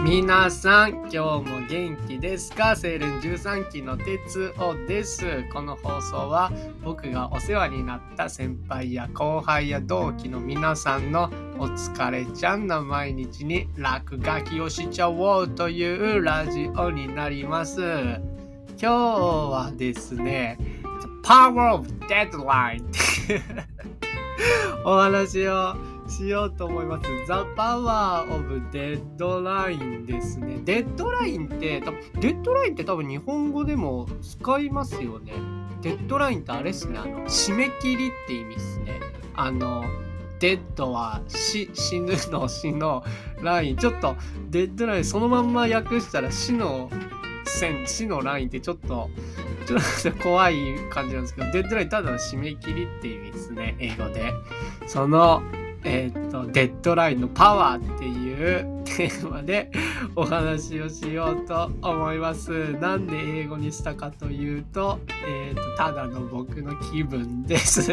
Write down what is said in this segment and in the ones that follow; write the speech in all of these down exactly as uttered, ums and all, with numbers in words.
皆さん今日も元気ですか？セールンじゅうさんきの哲夫です。この放送は僕がお世話になった先輩や後輩や同期の皆さんのお疲れちゃんな毎日に落書きをしちゃおうというラジオになります。今日はですね The Power of Deadline っていうお話をしようと思います。 The Power of Deadline ですね。デッドラインって多分デッドラインって多分日本語でも使いますよね。デッドラインってあれですね、あの締め切りって意味ですね。あのデッドは死、死ぬの死のライン、ちょっとデッドラインそのまんま訳したら死の線、死のラインってちょっとちょっと怖い感じなんですけど、デッドラインただの締め切りって意味ですね、英語で。そのえー、っとデッドラインのパワーっていうテーマでお話をしようと思います。なんで英語にしたかというと、えー、っとただの僕の気分です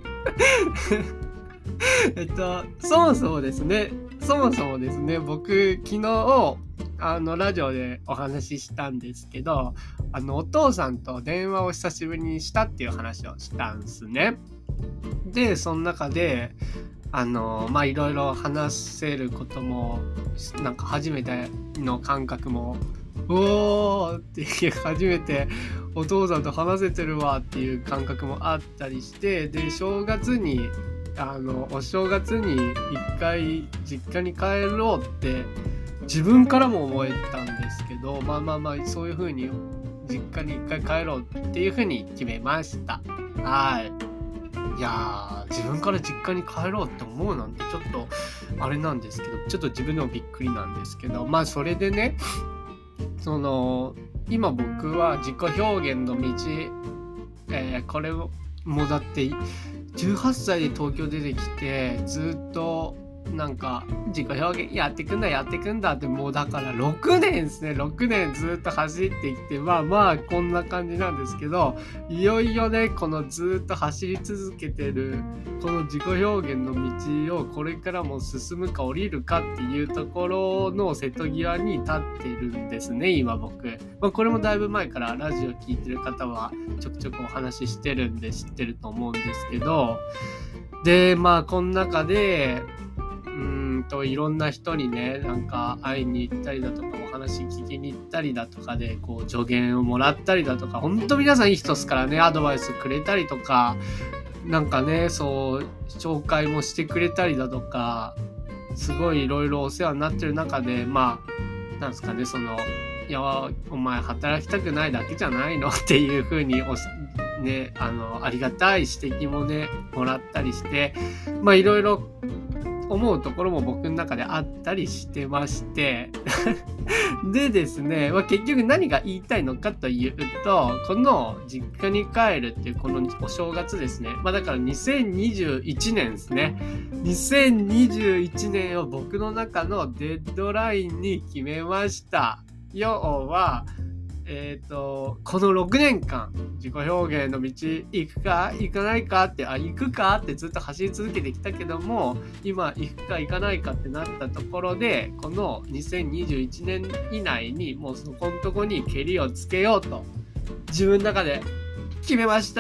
えっとそもそもですねそもそもですね僕昨日あのラジオでお話ししたんですけど、あのお父さんと電話を久しぶりにしたっていう話をしたんですね。でその中であのまあいろいろ話せることもなんか初めての感覚もおーっていう初めてお父さんと話せてるわっていう感覚もあったりして、で正月にあのお正月に一回実家に帰ろうって自分からも思えたんですけど、まあまあまあそういう風に実家に一回帰ろうっていう風に決めました。はい。いやー自分から実家に帰ろうって思うなんてちょっとあれなんですけど、ちょっと自分でもびっくりなんですけど、まあそれでね、その今僕は自己表現の道、えー、これをもうだってじゅうはっさいで東京出てきてずっとなんか自己表現やってくんだやってくんだってもうだからろくねんですね。ろくねんずっと走ってきて、まあまあこんな感じなんですけど、いよいよねこのずっと走り続けてるこの自己表現の道をこれからも進むか降りるかっていうところの瀬戸際に立ってるんですね今僕。まあ、これもだいぶ前からラジオ聞いてる方はちょくちょくお話ししてるんで知ってると思うんですけど、でまあこの中でうーんといろんな人にねなんか会いに行ったりだとかお話聞きに行ったりだとかでこう助言をもらったりだとか、本当皆さんいい人ですからね、アドバイスくれたりとかなんかねそう紹介もしてくれたりだとかすごいいろいろお世話になってる中で、まあなんですかね、そのいやお前働きたくないだけじゃないのっていう風におねあのありがたい指摘もねもらったりして、まあいろいろ思うところも僕の中であったりしてましてでですね、まあ、結局何が言いたいのかというと、この実家に帰るっていうこのお正月ですね、まあだからにせんにじゅういちねんですね。にせんにじゅういちねんを僕の中のデッドラインに決めました。要はえーと、このろくねんかん自己表現の道行くか行かないかってあ行くかってずっと走り続けてきたけども、今行くか行かないかってなったところでこのにせんにじゅういちねん以内にもうそこのとこにケリをつけようと自分の中で決めました。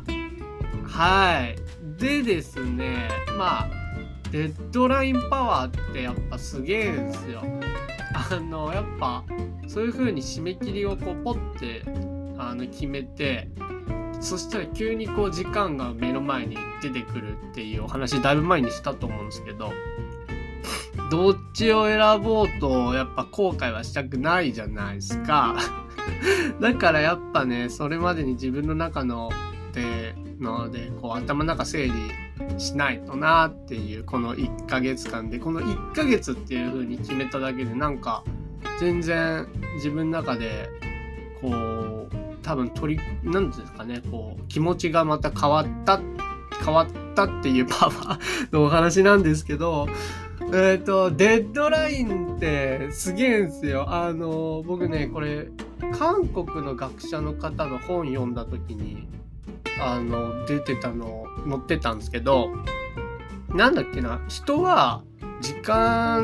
はいでですね、まあデッドラインパワーってやっぱすげえんですよ。あのやっぱそういう風に締め切りをこうポッてあの決めて、そしたら急にこう時間が目の前に出てくるっていうお話だいぶ前にしたと思うんですけど、どっちを選ぼうとやっぱ後悔はしたくないじゃないですかだからやっぱねそれまでに自分の中のでのでこう頭の中整理しないとなっていうこのいっかげつかんで、このいっかげつっていう風に決めただけでなんか全然自分の中でこう多分取りなんていうんですかね、こう気持ちがまた変わった変わったっていうパワーのお話なんですけど、えっとデッドラインってすげえんですよ。あの僕ねこれ韓国の学者の方の本読んだ時にあの出てたの載ってたんですけど、なんだっけな、人は時間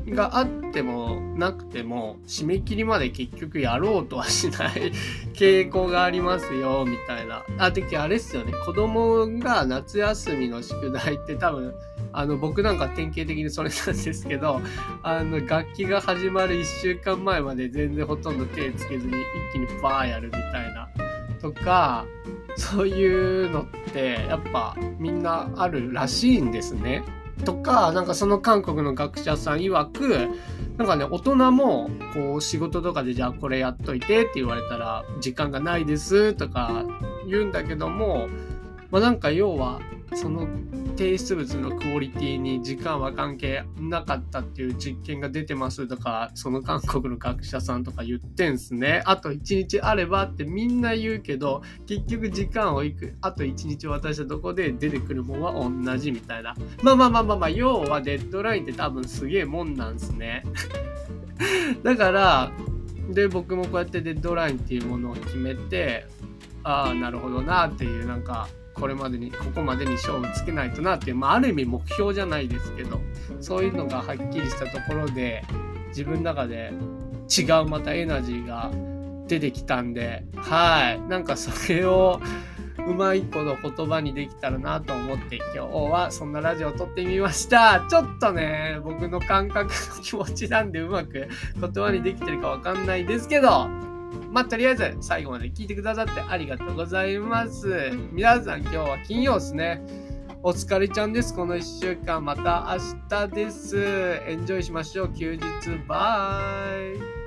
があってもなくても締め切りまで結局やろうとはしない傾向がありますよみたいな。あ、てきあれっすよね、子供が夏休みの宿題って多分あの僕なんか典型的にそれなんですけど、あの楽器が始まるいっしゅうかんまえまで全然ほとんど手つけずに一気にバーやるみたいなとか、そういうのってやっぱみんなあるらしいんですね。とか、なんかその韓国の学者さん曰く、なんかね、大人もこう仕事とかでじゃあこれやっといてって言われたら時間がないですとか言うんだけども、まあなんか要はその提出物のクオリティに時間は関係なかったっていう実験が出てますとか、その韓国の学者さんとか言ってんすね。あといちにちあればってみんな言うけど、結局時間をいくあといちにち渡したとこで出てくるものは同じみたいな。まあまあまあまあまあ、要はデッドラインって多分すげえもんなんすね。だからで僕もこうやってデッドラインっていうものを決めて、ああなるほどなっていう、なんかこれまでにここまでに勝負つけないとなっていう、まあ、ある意味目標じゃないですけど、そういうのがはっきりしたところで自分の中で違うまたエナジーが出てきたんで、はい、なんかそれをうまいこと言葉にできたらなと思って今日はそんなラジオを撮ってみました。ちょっとね僕の感覚の気持ちなんでうまく言葉にできてるかわかんないですけど、まあとりあえず最後まで聞いてくださってありがとうございます。皆さん今日は金曜ですね。お疲れちゃんです。このいっしゅうかんまた明日です。エンジョイしましょう休日。バイ。